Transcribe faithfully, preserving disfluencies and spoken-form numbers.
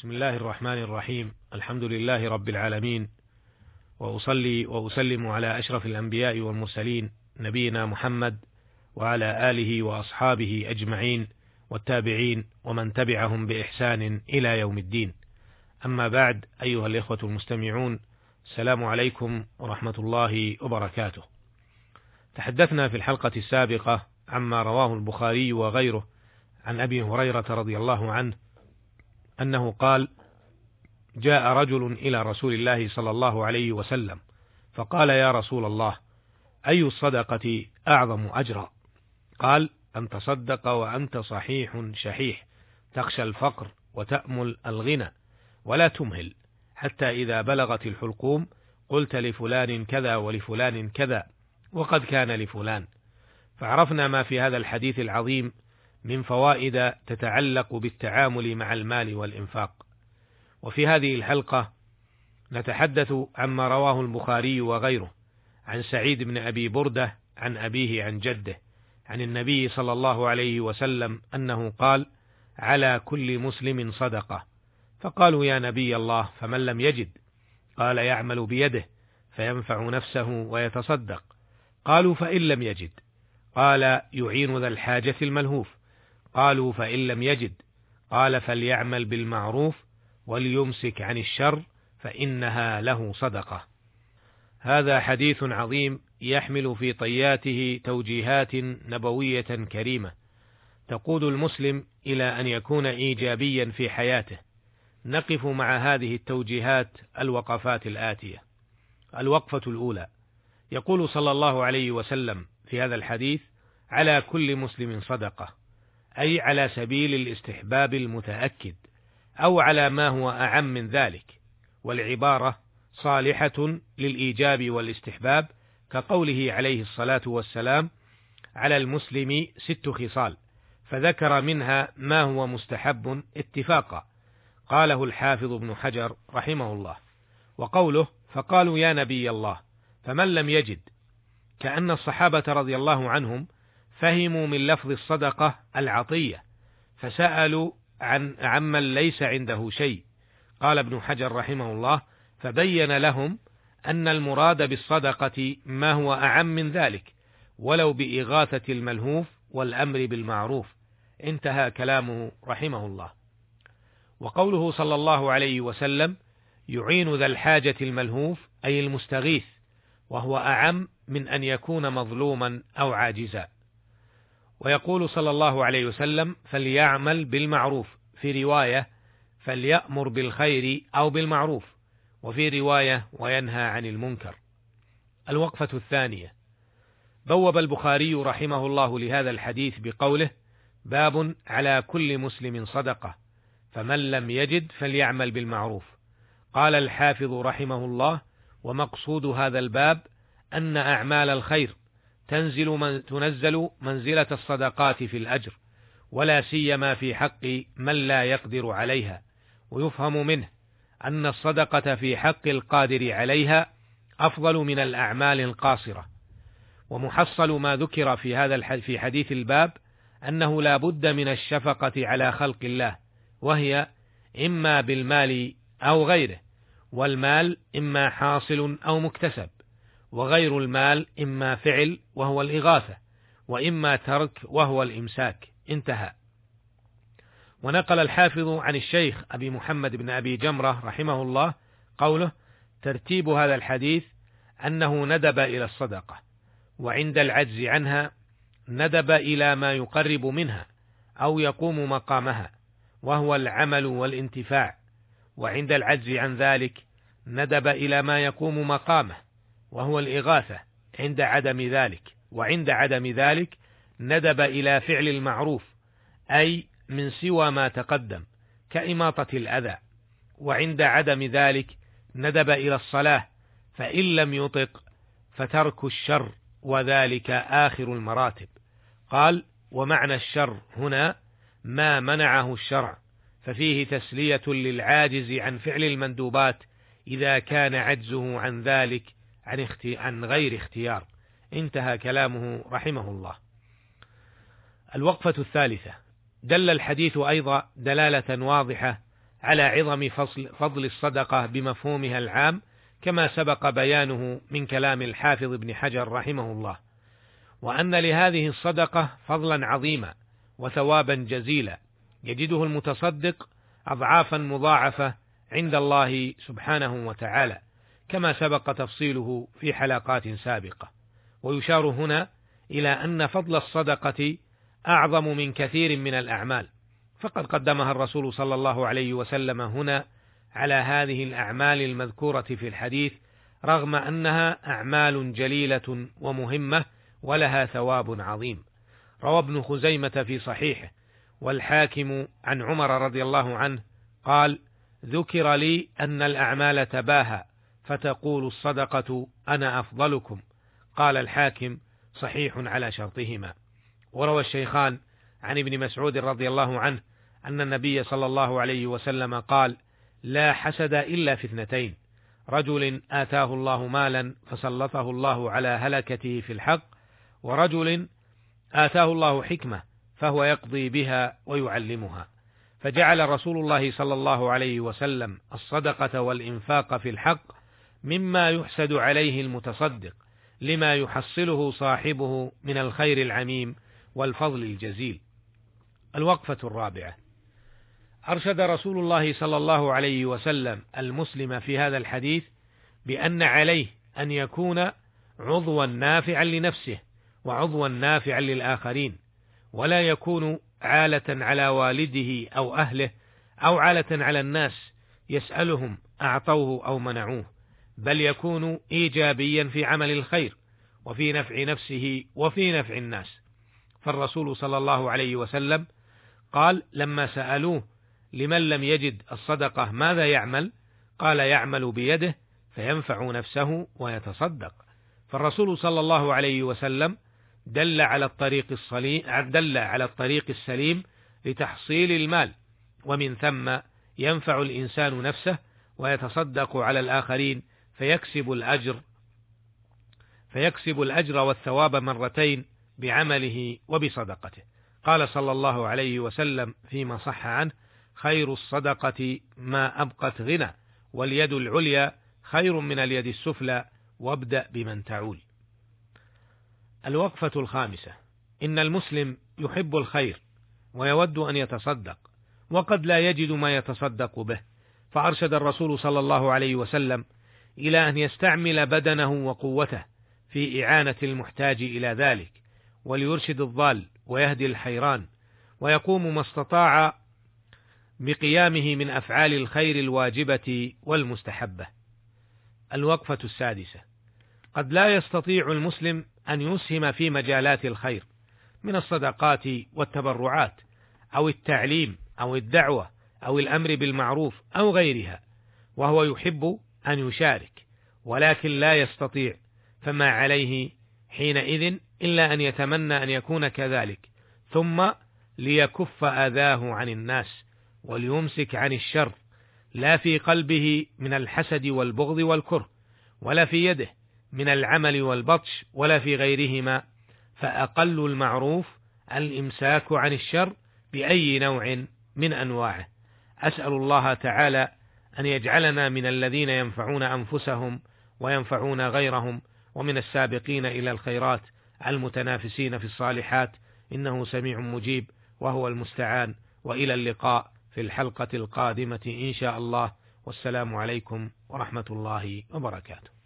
بسم الله الرحمن الرحيم. الحمد لله رب العالمين، وأصلي وأسلم على أشرف الأنبياء والمرسلين نبينا محمد وعلى آله وأصحابه أجمعين والتابعين ومن تبعهم بإحسان إلى يوم الدين. أما بعد، أيها الإخوة المستمعون، السلام عليكم ورحمة الله وبركاته. تحدثنا في الحلقة السابقة عما رواه البخاري وغيره عن أبي هريرة رضي الله عنه أنه قال: جاء رجل إلى رسول الله صلى الله عليه وسلم فقال: يا رسول الله، أي الصدقة أعظم أجرا؟ قال: أن تصدق وأنت صحيح شحيح، تخشى الفقر وتأمل الغنى ولا تمهل، حتى إذا بلغت الحلقوم قلت لفلان كذا ولفلان كذا وقد كان لفلان. فعرفنا ما في هذا الحديث العظيم من فوائد تتعلق بالتعامل مع المال والإنفاق. وفي هذه الحلقة نتحدث عما رواه البخاري وغيره عن سعيد بن أبي بردة عن أبيه عن جده عن النبي صلى الله عليه وسلم أنه قال: على كل مسلم صدقة. فقالوا: يا نبي الله، فمن لم يجد؟ قال: يعمل بيده فينفع نفسه ويتصدق. قالوا: فإن لم يجد؟ قال: يعين ذا الحاجة الملهوف. قالوا: فإن لم يجد؟ قال: فليعمل بالمعروف وليمسك عن الشر فإنها له صدقة. هذا حديث عظيم يحمل في طياته توجيهات نبوية كريمة تقود المسلم إلى أن يكون إيجابيا في حياته. نقف مع هذه التوجيهات الوقفات الآتية. الوقفة الأولى: يقول صلى الله عليه وسلم في هذا الحديث: على كل مسلم صدقة، أي على سبيل الاستحباب المتأكد، أو على ما هو أعم من ذلك، والعبارة صالحة للإيجاب والاستحباب، كقوله عليه الصلاة والسلام: على المسلم ست خصال، فذكر منها ما هو مستحب اتفاقا. قاله الحافظ ابن حجر رحمه الله. وقوله: فقالوا: يا نبي الله، فمن لم يجد، كأن الصحابة رضي الله عنهم فهموا من لفظ الصدقة العطية فسألوا عن عمن ليس عنده شيء. قال ابن حجر رحمه الله: فبين لهم أن المراد بالصدقة ما هو أعم من ذلك، ولو بإغاثة الملهوف والأمر بالمعروف. انتهى كلامه رحمه الله. وقوله صلى الله عليه وسلم: يعين ذا الحاجة الملهوف، أي المستغيث، وهو أعم من أن يكون مظلوما أو عاجزا. ويقول صلى الله عليه وسلم: فليعمل بالمعروف، في رواية فليأمر بالخير أو بالمعروف، وفي رواية وينهى عن المنكر. الوقفة الثانية: بوب البخاري رحمه الله لهذا الحديث بقوله: باب على كل مسلم صدقة، فمن لم يجد فليعمل بالمعروف. قال الحافظ رحمه الله: ومقصود هذا الباب أن أعمال الخير تنزل من تنزل منزلة الصدقات في الأجر، ولا سيما في حق من لا يقدر عليها. ويفهم منه أن الصدقة في حق القادر عليها أفضل من الأعمال القاصرة. ومحصل ما ذكر في هذا في حديث الباب أنه لا بد من الشفقة على خلق الله، وهي إما بالمال أو غيره، والمال إما حاصل أو مكتسب، وغير المال إما فعل وهو الإغاثة، وإما ترك وهو الإمساك. انتهى. ونقل الحافظ عن الشيخ أبي محمد بن أبي جمرة رحمه الله قوله: ترتيب هذا الحديث أنه ندب إلى الصدقة، وعند العجز عنها ندب إلى ما يقرب منها أو يقوم مقامها، وهو العمل والانتفاع، وعند العجز عن ذلك ندب إلى ما يقوم مقامه، وهو الإغاثة عند عدم ذلك، وعند عدم ذلك ندب إلى فعل المعروف، أي من سوى ما تقدم كإماطة الأذى، وعند عدم ذلك ندب إلى الصلاة، فإن لم يطق فترك الشر، وذلك آخر المراتب. قال: ومعنى الشر هنا ما منعه الشرع، ففيه تسلية للعاجز عن فعل المندوبات إذا كان عجزه عن ذلك عن, اختي... عن غير اختيار. انتهى كلامه رحمه الله. الوقفة الثالثة: دل الحديث أيضا دلالة واضحة على عظم فضل الصدقة بمفهومها العام، كما سبق بيانه من كلام الحافظ ابن حجر رحمه الله، وأن لهذه الصدقة فضلا عظيما وثوابا جزيلا يجده المتصدق أضعافا مضاعفة عند الله سبحانه وتعالى، كما سبق تفصيله في حلقات سابقة. ويشار هنا إلى أن فضل الصدقة أعظم من كثير من الأعمال، فقد قدمها الرسول صلى الله عليه وسلم هنا على هذه الأعمال المذكورة في الحديث، رغم أنها أعمال جليلة ومهمة ولها ثواب عظيم. روى ابن خزيمة في صحيحه والحاكم عن عمر رضي الله عنه قال: ذكر لي أن الأعمال تباهى فتقول الصدقة أنا أفضلكم. قال الحاكم: صحيح على شرطهما. وروى الشيخان عن ابن مسعود رضي الله عنه أن النبي صلى الله عليه وسلم قال: لا حسد إلا في اثنتين: رجل آتاه الله مالا فسلطه الله على هلكته في الحق، ورجل آتاه الله حكمة فهو يقضي بها ويعلمها. فجعل رسول الله صلى الله عليه وسلم الصدقة والإنفاق في الحق مما يحسد عليه المتصدق، لما يحصله صاحبه من الخير العميم والفضل الجزيل. الوقفة الرابعة: أرشد رسول الله صلى الله عليه وسلم المسلم في هذا الحديث بأن عليه أن يكون عضوا نافعا لنفسه وعضوا نافعا للآخرين، ولا يكون عالة على والده أو أهله أو عالة على الناس يسألهم أعطوه أو منعوه، بل يكون إيجابيا في عمل الخير وفي نفع نفسه وفي نفع الناس. فالرسول صلى الله عليه وسلم قال لما سألوه لمن لم يجد الصدقة ماذا يعمل؟ قال: يعمل بيده فينفع نفسه ويتصدق. فالرسول صلى الله عليه وسلم دل على الطريق السليم دل على الطريق السليم لتحصيل المال، ومن ثم ينفع الإنسان نفسه ويتصدق على الآخرين فيكسب الأجر فيكسب الأجر والثواب مرتين بعمله وبصدقته. قال صلى الله عليه وسلم فيما صح عنه: خير الصدقة ما أبقت غنى، واليد العليا خير من اليد السفلى، وابدأ بمن تعول. الوقفة الخامسة: إن المسلم يحب الخير ويود أن يتصدق، وقد لا يجد ما يتصدق به، فأرشد الرسول صلى الله عليه وسلم إلى أن يستعمل بدنه وقوته في إعانة المحتاج إلى ذلك، وليرشد الضال ويهدي الحيران، ويقوم ما استطاع بقيامه من أفعال الخير الواجبة والمستحبة. الوقفة السادسة: قد لا يستطيع المسلم أن يسهم في مجالات الخير من الصدقات والتبرعات أو التعليم أو الدعوة أو الأمر بالمعروف أو غيرها، وهو يحب أن يشارك ولكن لا يستطيع، فما عليه حينئذ إلا أن يتمنى أن يكون كذلك، ثم ليكف أذاه عن الناس وليمسك عن الشر، لا في قلبه من الحسد والبغض والكره، ولا في يده من العمل والبطش، ولا في غيرهما، فأقل المعروف الإمساك عن الشر بأي نوع من أنواعه. أسأل الله تعالى أن يجعلنا من الذين ينفعون أنفسهم وينفعون غيرهم، ومن السابقين إلى الخيرات المتنافسين في الصالحات، إنه سميع مجيب وهو المستعان. وإلى اللقاء في الحلقة القادمة إن شاء الله، والسلام عليكم ورحمة الله وبركاته.